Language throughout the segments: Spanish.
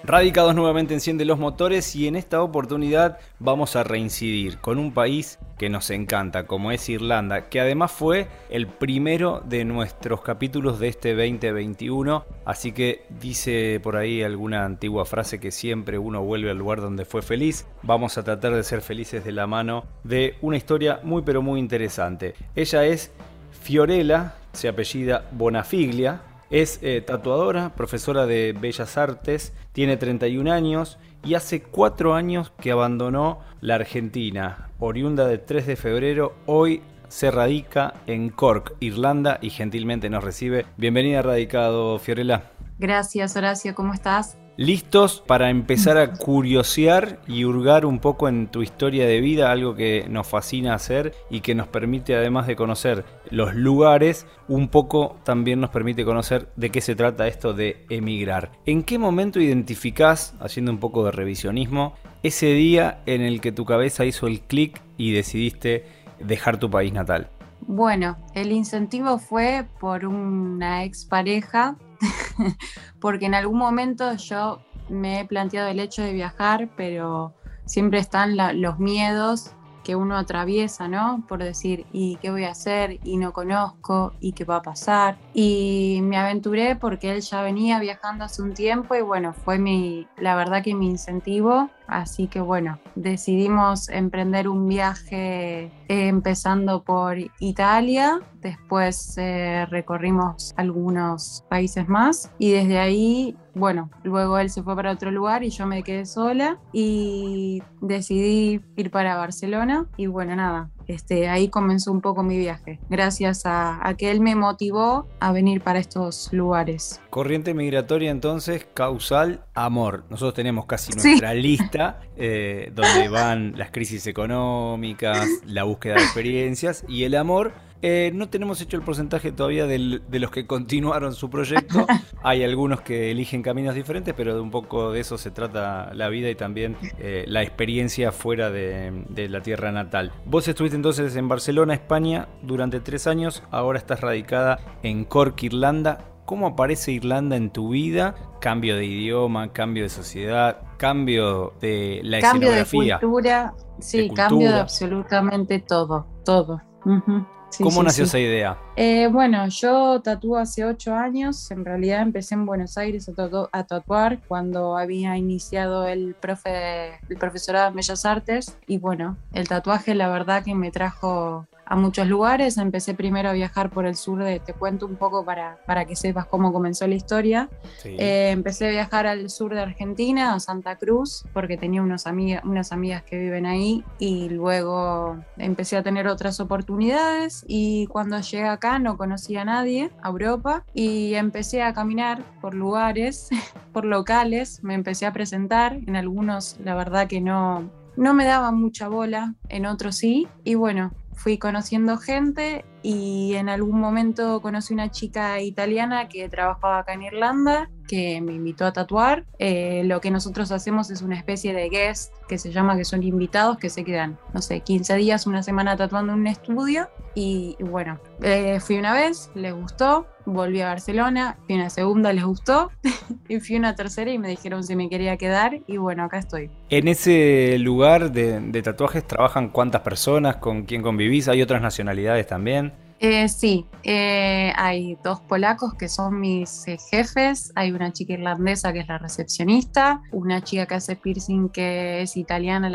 Radicados nuevamente enciende los motores y en esta oportunidad vamos a reincidir con un país que nos encanta, como es Irlanda, que además fue el primero de nuestros capítulos de este 2021, así que dice por ahí alguna antigua frase que siempre uno vuelve al lugar donde fue feliz. Vamos a tratar de ser felices de la mano de una historia muy pero muy interesante. Ella es Fiorella, se apellida Bonafiglia. Es tatuadora, profesora de Bellas Artes, tiene 31 años y hace 4 años que abandonó la Argentina. Oriunda de 3 de febrero, hoy se radica en Cork, Irlanda, y gentilmente nos recibe. Bienvenida a Radicado, Fiorella. Gracias, Horacio, ¿cómo estás? ¿Listos para empezar a curiosear y hurgar un poco en tu historia de vida? Algo que nos fascina hacer y que nos permite, además de conocer los lugares, un poco también nos permite conocer de qué se trata esto de emigrar. ¿En qué momento identificás, haciendo un poco de revisionismo, ese día en el que tu cabeza hizo el clic y decidiste dejar tu país natal? Bueno, el incentivo fue por una expareja, porque en algún momento yo me he planteado el hecho de viajar, pero siempre están los miedos que uno atraviesa, ¿no? Por decir, ¿y qué voy a hacer? Y no conozco, ¿y qué va a pasar? Y me aventuré porque él ya venía viajando hace un tiempo y bueno, fue la verdad que mi incentivo. Así que bueno, decidimos emprender un viaje empezando por Italia, después recorrimos algunos países más y desde ahí, bueno, luego él se fue para otro lugar y yo me quedé sola y decidí ir para Barcelona y bueno, nada. Ahí comenzó un poco mi viaje, gracias a que él me motivó a venir para estos lugares. Corriente migratoria entonces, causal, amor. Nosotros tenemos casi nuestra lista donde van las crisis económicas, la búsqueda de experiencias y el amor. No tenemos hecho el porcentaje todavía de los que continuaron su proyecto. Hay algunos que eligen caminos diferentes, pero de un poco de eso se trata la vida y también la experiencia fuera de la tierra natal. Vos estuviste entonces en Barcelona, España, durante 3 años. Ahora estás radicada en Cork, Irlanda. ¿Cómo aparece Irlanda en tu vida? Cambio de idioma, cambio de sociedad, cambio de la escenografía. Cambio de cultura, sí, cambio de absolutamente todo. Uh-huh. Sí, ¿Cómo sí, nació sí. esa idea? Bueno, yo tatúo hace 8 años, en realidad empecé en Buenos Aires a tatuar cuando había iniciado el profesorado en Bellas Artes y bueno, el tatuaje la verdad que me trajo a muchos lugares. Empecé primero a viajar por el sur te cuento un poco para que sepas cómo comenzó la historia. Sí. Empecé a viajar al sur de Argentina, a Santa Cruz, porque tenía unas amigas que viven ahí y luego empecé a tener otras oportunidades y cuando llegué acá no conocía a nadie, a Europa, y empecé a caminar por lugares, por locales, me empecé a presentar, en algunos la verdad que no me daban mucha bola, en otros sí, y bueno, fui conociendo gente y en algún momento conocí una chica italiana que trabajaba acá en Irlanda que me invitó a tatuar. Lo que nosotros hacemos es una especie de guest que se llama, que son invitados que se quedan, no sé, 15 días, una semana tatuando en un estudio y bueno, fui una vez, les gustó, volví a Barcelona, fui una segunda, les gustó y fui una tercera y me dijeron si me quería quedar y bueno, acá estoy. En ese lugar de tatuajes trabajan ¿cuántas personas? ¿Con quién convivís? ¿Hay otras nacionalidades también? Sí, hay 2 polacos que son mis jefes, hay una chica irlandesa que es la recepcionista, una chica que hace piercing que es italiana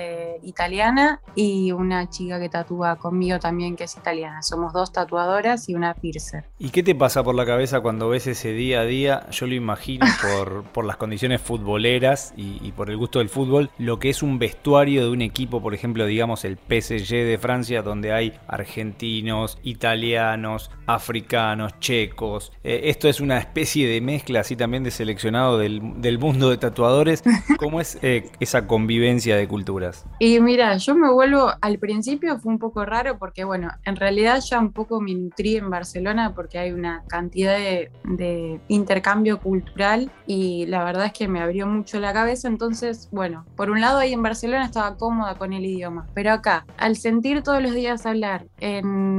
y una chica que tatúa conmigo también que es italiana. Somos 2 tatuadoras y una piercer. ¿Y qué te pasa por la cabeza cuando ves ese día a día? Yo lo imagino por las condiciones futboleras y por el gusto del fútbol, lo que es un vestuario de un equipo, por ejemplo, digamos el PSG de Francia, donde hay argentinos, italianos, africanos, checos. Esto es una especie de mezcla así también de seleccionado del mundo de tatuadores. ¿Cómo es esa convivencia de culturas? Y mira, yo me vuelvo, al principio fue un poco raro porque bueno, en realidad ya un poco me nutrí en Barcelona porque hay una cantidad de intercambio cultural y la verdad es que me abrió mucho la cabeza. Entonces, bueno, por un lado ahí en Barcelona estaba cómoda con el idioma, pero acá, al sentir todos los días hablar en polaco,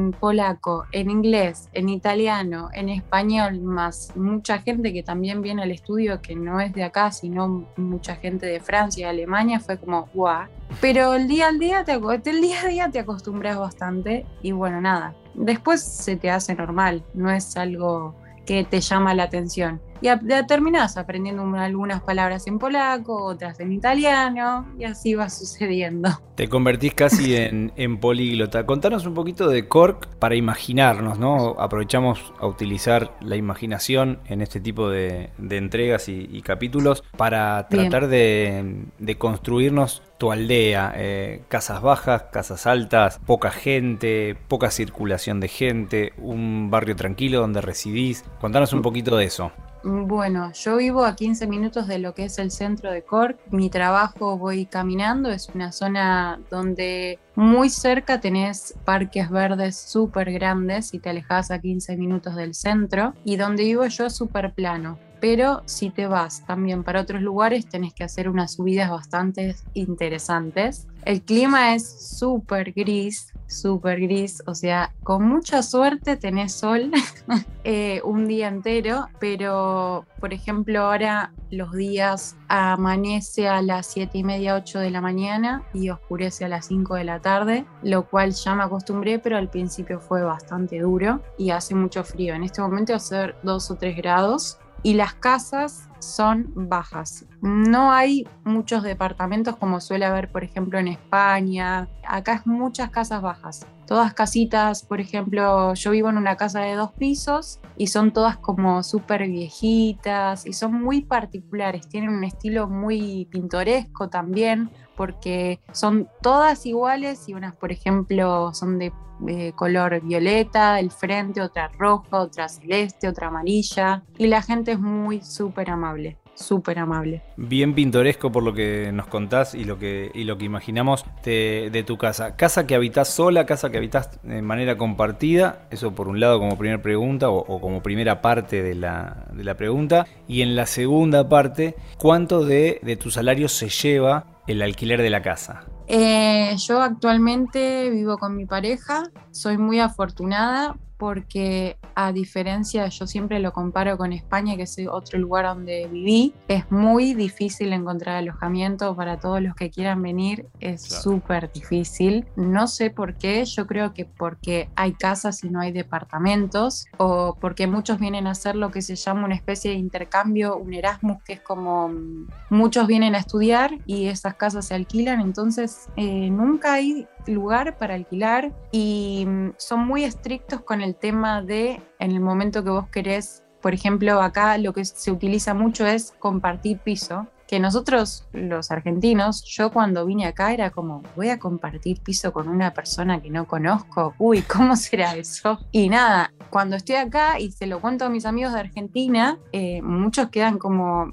polaco, en inglés, en italiano, en español, más mucha gente que también viene al estudio que no es de acá, sino mucha gente de Francia y Alemania, fue como guau. Pero el día a día te acostumbras bastante y bueno, nada. Después se te hace normal, no es algo que te llama la atención. Y terminás aprendiendo algunas palabras en polaco, otras en italiano, y así va sucediendo. Te convertís casi en políglota. Contanos un poquito de Cork para imaginarnos, ¿no? Aprovechamos a utilizar la imaginación en este tipo de entregas y capítulos para tratar de construirnos tu aldea. Casas bajas, casas altas, poca gente, poca circulación de gente, un barrio tranquilo donde residís. Contanos un poquito de eso. Bueno, yo vivo a 15 minutos de lo que es el centro de Cork. Mi trabajo voy caminando, es una zona donde muy cerca tenés parques verdes súper grandes y te alejás a 15 minutos del centro. Y donde vivo yo es súper plano. Pero si te vas también para otros lugares tenés que hacer unas subidas bastante interesantes. El clima es súper gris, o sea, con mucha suerte tenés sol un día entero, pero por ejemplo ahora los días amanece a las 7:30, 8 de la mañana y oscurece a las 5 de la tarde, lo cual ya me acostumbré, pero al principio fue bastante duro y hace mucho frío. En este momento va a ser 2 o 3 grados. Y las casas son bajas. No hay muchos departamentos como suele haber, por ejemplo, en España. Acá es muchas casas bajas. Todas casitas, por ejemplo, yo vivo en una casa de 2 pisos y son todas como súper viejitas y son muy particulares. Tienen un estilo muy pintoresco también porque son todas iguales y unas, por ejemplo, son de color violeta, el frente, otra roja, otra celeste, otra amarilla y la gente es muy súper amable. Súper amable. Bien pintoresco por lo que nos contás y lo que imaginamos de tu casa. ¿Casa que habitás sola, casa que habitás de manera compartida? Eso por un lado como primera pregunta o como primera parte de la pregunta. Y en la segunda parte, ¿cuánto de tu salario se lleva el alquiler de la casa? Yo actualmente vivo con mi pareja, soy muy afortunada porque a diferencia, yo siempre lo comparo con España, que es otro lugar donde viví, es muy difícil encontrar alojamiento para todos los que quieran venir, es súper difícil. No sé por qué, yo creo que porque hay casas y no hay departamentos, o porque muchos vienen a hacer lo que se llama una especie de intercambio, un Erasmus, que es como muchos vienen a estudiar y esas casas se alquilan, entonces nunca hay lugar para alquilar y son muy estrictos con el tema de en el momento que vos querés, por ejemplo acá lo que se utiliza mucho es compartir piso, que nosotros los argentinos, yo cuando vine acá era como, voy a compartir piso con una persona que no conozco, uy, ¿cómo será eso? Y nada, cuando estoy acá y se lo cuento a mis amigos de Argentina, muchos quedan como,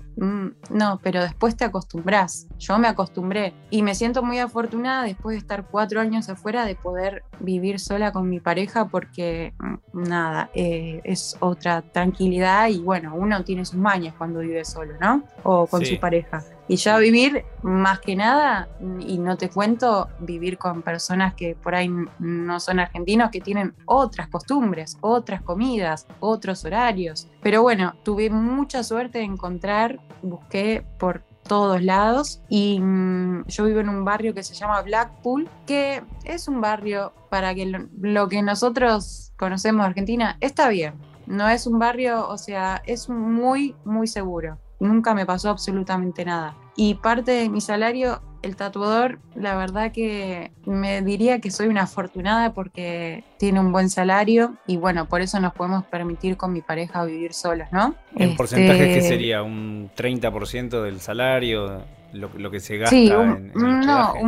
no, pero después te acostumbras. Yo me acostumbré y me siento muy afortunada después de estar 4 años afuera de poder vivir sola con mi pareja porque nada, es otra tranquilidad y bueno, uno tiene sus mañas cuando vive solo, ¿no? O con su pareja. Y ya vivir, más que nada, y no te cuento, vivir con personas que por ahí no son argentinos, que tienen otras costumbres, otras comidas, otros horarios. Pero bueno, tuve mucha suerte de encontrar, busqué por todos lados y yo vivo en un barrio que se llama Blackpool, que es un barrio para que lo que nosotros conocemos de Argentina está bien. No es un barrio, o sea, es muy, muy seguro. Nunca me pasó absolutamente nada. Y parte de mi salario, el tatuador, la verdad que me diría que soy una afortunada porque tiene un buen salario y bueno, por eso nos podemos permitir con mi pareja vivir solos, ¿no? ¿En porcentaje qué sería? ¿Un 30% del salario? Lo que se gasta sí, en el hospedaje.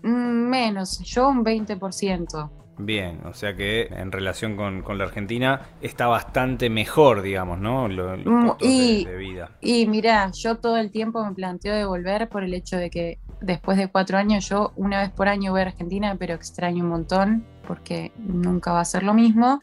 Menos, yo un 20%. Bien, o sea que en relación con la Argentina está bastante mejor, digamos, ¿no? Los costos de vida. Y mirá, yo todo el tiempo me planteo de volver por el hecho de que después de 4 años yo una vez por año voy a Argentina, pero extraño un montón porque nunca va a ser lo mismo.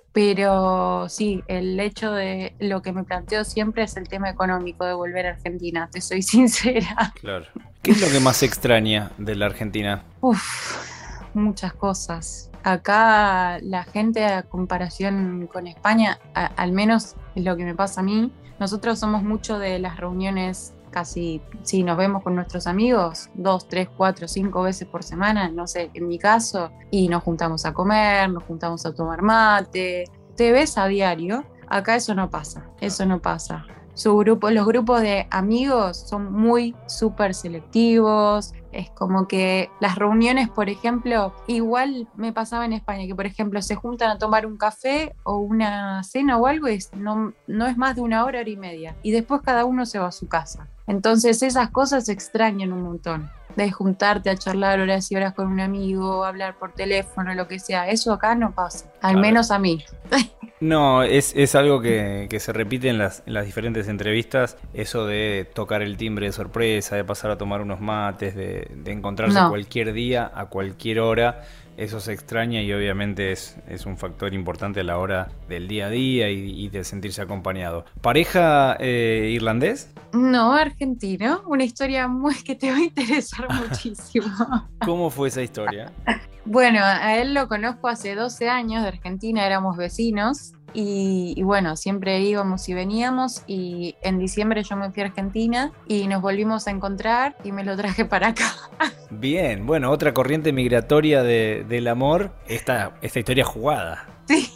Pero sí, el hecho de lo que me planteo siempre es el tema económico de volver a Argentina, te soy sincera. Claro. ¿Qué es lo que más extraña de la Argentina? muchas cosas. Acá la gente, a comparación con España, al menos es lo que me pasa a mí, nosotros somos mucho de las reuniones. Casi, si nos vemos con nuestros amigos 2, 3, 4, 5 veces por semana, no sé, en mi caso, y nos juntamos a comer, nos juntamos a tomar mate, te ves a diario. Acá eso no pasa, eso no pasa. Los grupos de amigos son muy súper selectivos. Es como que las reuniones, por ejemplo, igual me pasaba en España, que por ejemplo se juntan a tomar un café o una cena o algo, y no es más de 1 hora, hora y media, y después cada uno se va a su casa. Entonces esas cosas se extrañan un montón, de juntarte a charlar horas y horas con un amigo, hablar por teléfono, lo que sea. Eso acá no pasa, al menos a mí. No, es algo que se repite en las diferentes entrevistas, eso de tocar el timbre de sorpresa, de pasar a tomar unos mates, de encontrarse cualquier día, a cualquier hora. Eso se extraña y obviamente es un factor importante a la hora del día a día y de sentirse acompañado. ¿Pareja irlandés? No, argentino. Una historia que te va a interesar muchísimo. ¿Cómo fue esa historia? Bueno, a él lo conozco hace 12 años, de Argentina, éramos vecinos y bueno, siempre íbamos y veníamos, y en diciembre yo me fui a Argentina y nos volvimos a encontrar y me lo traje para acá. Bien, bueno, otra corriente migratoria del amor, esta historia jugada. Sí.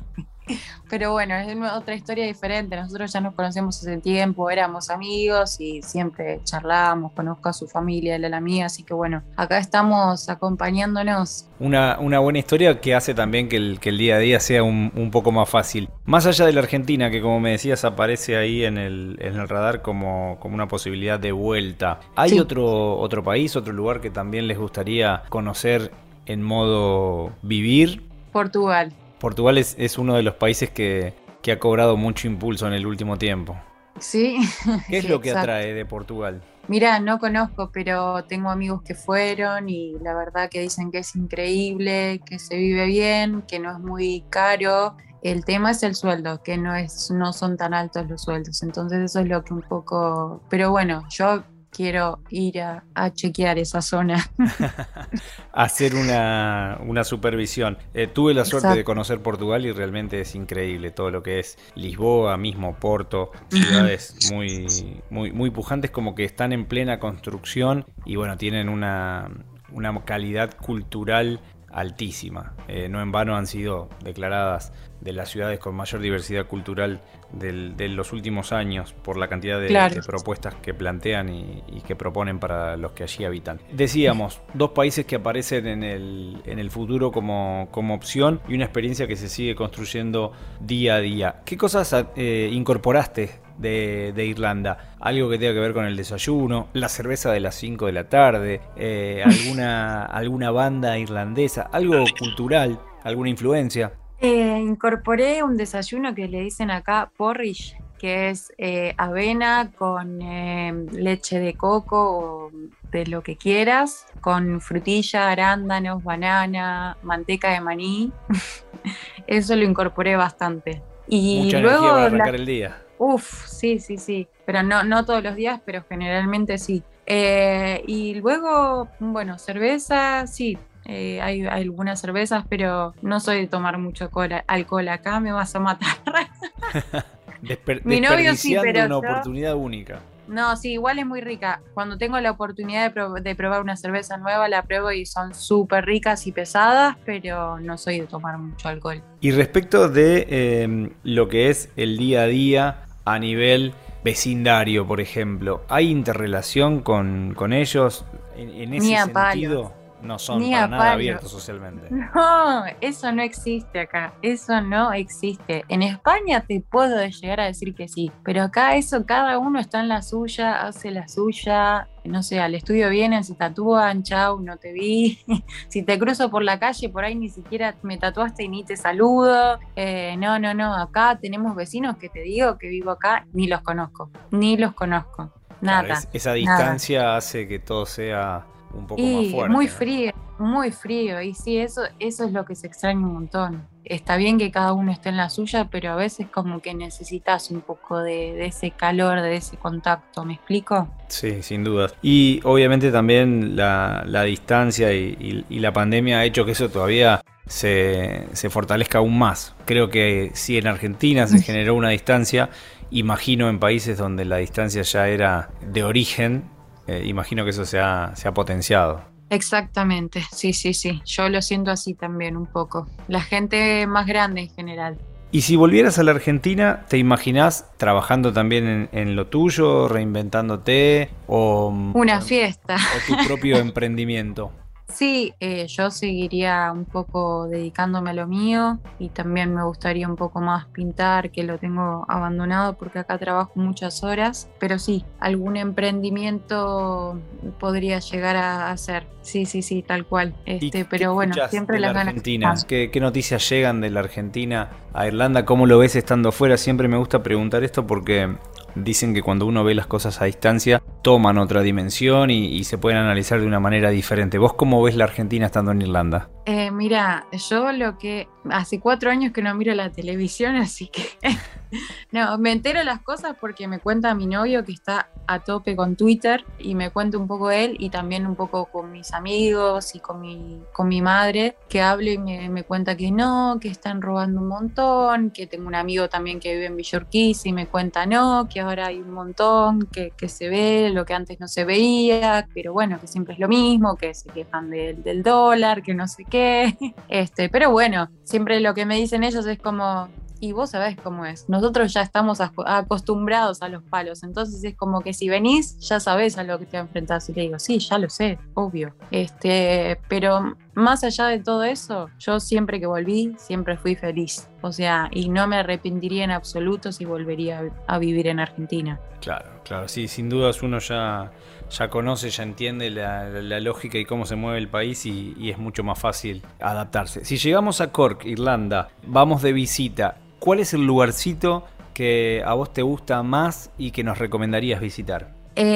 Pero bueno, es otra historia diferente. Nosotros ya nos conocemos hace tiempo, éramos amigos y siempre charlábamos. Conozco a su familia, él a la mía, así que bueno, acá estamos acompañándonos. Una buena historia que hace también que el día a día sea un poco más fácil. Más allá de la Argentina, que como me decías aparece ahí en el radar como una posibilidad de vuelta. ¿Hay Sí. otro país, otro lugar que también les gustaría conocer en modo vivir? Portugal. Portugal es uno de los países que ha cobrado mucho impulso en el último tiempo. Sí. ¿Qué es Sí, lo que exacto. atrae de Portugal? Mira, no conozco, pero tengo amigos que fueron y la verdad que dicen que es increíble, que se vive bien, que no es muy caro. El tema es el sueldo, que no son tan altos los sueldos. Entonces eso es lo que un poco... Pero bueno, yo quiero ir a chequear esa zona. Hacer una supervisión. Tuve la suerte de Exacto. conocer Portugal y realmente es increíble todo lo que es Lisboa, mismo Porto, ciudades muy pujantes, como que están en plena construcción y bueno, tienen una calidad cultural altísima. No en vano han sido declaradas de las ciudades con mayor diversidad cultural de los últimos años por la cantidad Claro. de propuestas que plantean y que proponen para los que allí habitan. Decíamos, dos países que aparecen en el futuro como opción y una experiencia que se sigue construyendo día a día. ¿Qué cosas incorporaste de Irlanda? Algo que tenga que ver con el desayuno, la cerveza de las 5 de la tarde, alguna banda irlandesa, algo cultural, alguna influencia. Incorporé un desayuno que le dicen acá porridge, que es avena con leche de coco o de lo que quieras, con frutilla, arándanos, banana, manteca de maní. Eso lo incorporé bastante. Y Mucha luego energía para arrancar el día. sí. Pero no todos los días, pero generalmente sí. Y luego, bueno, cerveza, sí. Hay algunas cervezas, pero no soy de tomar mucho alcohol. Acá me vas a matar. Mi novio sí, Desperdiciando pero una yo... oportunidad única. No, sí, igual es muy rica. Cuando tengo la oportunidad de probar una cerveza nueva, la pruebo y son súper ricas y pesadas, pero no soy de tomar mucho alcohol. Y respecto de lo que es el día a día a nivel vecindario, por ejemplo, ¿hay interrelación con ellos? En ese Ni a sentido, palos. no son Ni para a nada palos. abiertos socialmente. No, eso no existe acá, eso no existe. En España te puedo llegar a decir que sí, pero acá eso, cada uno está en la suya, hace la suya, no sé, al estudio vienen, se tatúan, chau, no te vi. Si te cruzo por la calle, por ahí ni siquiera me tatuaste y ni te saludo. No, acá tenemos vecinos que te digo que vivo acá, ni los conozco, nada. Claro, esa distancia hace que todo sea un poco más fuerte, Muy ¿no? frío, muy frío, y sí, eso es lo que se extraña un montón. Está bien que cada uno esté en la suya, pero a veces como que necesitas un poco de ese calor, de ese contacto, ¿me explico? Sí, sin dudas. Y obviamente también la distancia y la pandemia ha hecho que eso todavía se fortalezca aún más. Creo que si en Argentina se generó una distancia, imagino en países donde la distancia ya era de origen, imagino que eso se ha potenciado. Exactamente, sí, sí, sí. Yo lo siento así también un poco. La gente más grande en general. Y si volvieras a la Argentina, ¿te imaginás trabajando también en lo tuyo, reinventándote Una fiesta. o tu propio emprendimiento? Sí, yo seguiría un poco dedicándome a lo mío y también me gustaría un poco más pintar, que lo tengo abandonado porque acá trabajo muchas horas, pero sí, algún emprendimiento podría llegar a hacer. Sí, sí, sí, tal cual. Pero bueno, siempre las ganas. Argentina? ¿Qué noticias llegan de la Argentina a Irlanda? ¿Cómo lo ves estando afuera? Siempre me gusta preguntar esto porque dicen que cuando uno ve las cosas a distancia toman otra dimensión y se pueden analizar de una manera diferente. ¿Vos cómo ves la Argentina estando en Irlanda? Mira, yo hace 4 años que no miro la televisión, así que no, me entero las cosas porque me cuenta mi novio que está a tope con Twitter y me cuenta un poco él y también un poco con mis amigos y con mi madre, que hablo y me cuenta que no, que están robando un montón, que tengo un amigo también que vive en Villorquís y me cuenta no, que ahora hay un montón, que se ve lo que antes no se veía, pero bueno, que siempre es lo mismo, que se quejan del dólar, que no sé qué, pero bueno, siempre lo que me dicen ellos es como... Y vos sabés cómo es. Nosotros ya estamos acostumbrados a los palos. Entonces es como que si venís, ya sabés a lo que te enfrentás. Y le digo, sí, ya lo sé, obvio. Pero más allá de todo eso, yo siempre que volví, siempre fui feliz. O sea, y no me arrepentiría en absoluto si volvería a vivir en Argentina. Claro, claro, sí, sin dudas uno ya conoce, ya entiende la lógica y cómo se mueve el país y es mucho más fácil adaptarse. Si llegamos a Cork, Irlanda, vamos de visita, ¿cuál es el lugarcito que a vos te gusta más y que nos recomendarías visitar?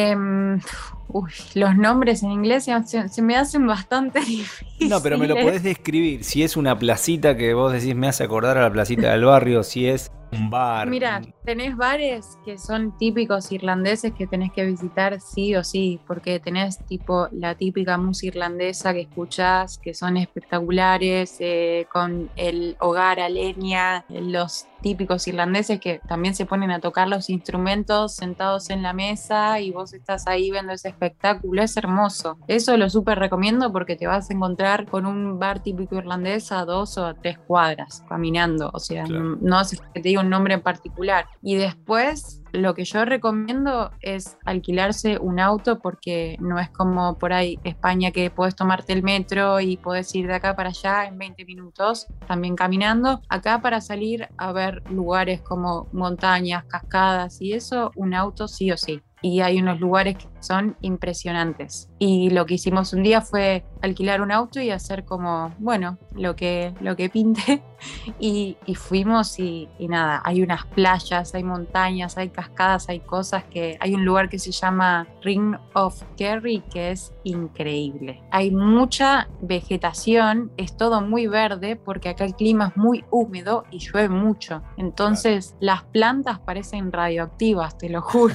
Los nombres en inglés se me hacen bastante difíciles. No, pero me lo podés describir. Si es una placita que vos decís me hace acordar a la placita del barrio, si es un bar. Mira, tenés bares que son típicos irlandeses que tenés que visitar sí o sí, porque tenés tipo la típica música irlandesa que escuchás, que son espectaculares, con el hogar a leña, los típicos irlandeses que también se ponen a tocar los instrumentos sentados en la mesa y vos estás ahí viendo ese espectáculo, es hermoso. Eso lo súper recomiendo porque te vas a encontrar con un bar típico irlandés a 2 o 3 cuadras caminando, o sea, claro. No hace que te diga un nombre en particular. Y después lo que yo recomiendo es alquilarse un auto porque no es como por ahí España que puedes tomarte el metro y puedes ir de acá para allá en 20 minutos, también caminando. Acá para salir a ver lugares como montañas, cascadas y eso, un auto sí o sí. Y hay unos lugares que son impresionantes. Y lo que hicimos un día fue alquilar un auto y hacer como, bueno, lo que pinte. Y fuimos y nada, hay unas playas, hay montañas, hay cascadas, hay cosas que... Hay un lugar que se llama Ring of Kerry que es increíble. Hay mucha vegetación, es todo muy verde porque acá el clima es muy húmedo y llueve mucho. Entonces las plantas parecen radioactivas, te lo juro.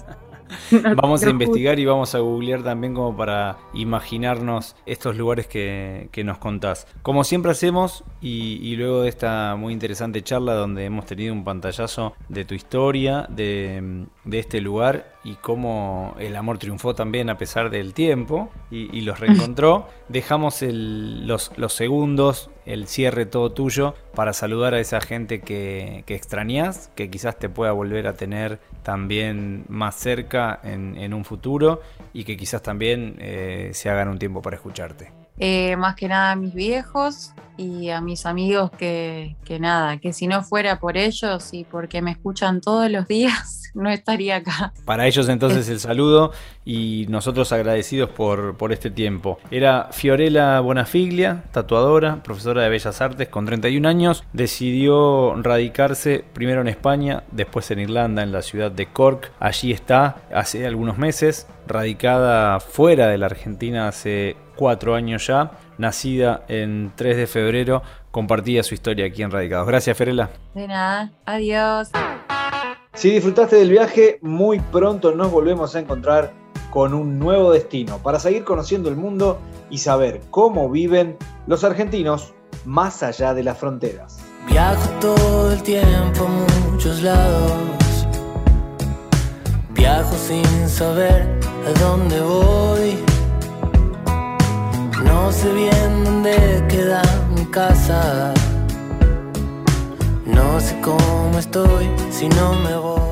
Vamos a investigar y vamos a googlear también como para imaginarnos estos lugares que nos contás. Como siempre hacemos, y luego de esta muy interesante charla donde hemos tenido un pantallazo de tu historia, de este lugar y cómo el amor triunfó también a pesar del tiempo y los reencontró, dejamos los segundos, el cierre todo tuyo para saludar a esa gente que extrañás, que quizás te pueda volver a tener también más cerca en un futuro y que quizás también se hagan un tiempo para escucharte. Más que nada a mis viejos y a mis amigos que nada, que si no fuera por ellos y porque me escuchan todos los días, no estaría acá. Para ellos entonces el saludo y nosotros agradecidos por este tiempo. Era Fiorella Bonafiglia, tatuadora, profesora de Bellas Artes con 31 años, decidió radicarse primero en España, después en Irlanda, en la ciudad de Cork. Allí está hace algunos meses, radicada fuera de la Argentina hace 4 años ya, nacida en 3 de febrero, compartía su historia aquí en Radicados. Gracias, Fiorella. De nada, adiós. Si disfrutaste del viaje, muy pronto nos volvemos a encontrar con un nuevo destino para seguir conociendo el mundo y saber cómo viven los argentinos más allá de las fronteras. Viajo todo el tiempo a muchos lados, viajo sin saber a dónde voy, no sé bien dónde queda mi casa, no sé cómo estoy si no me voy.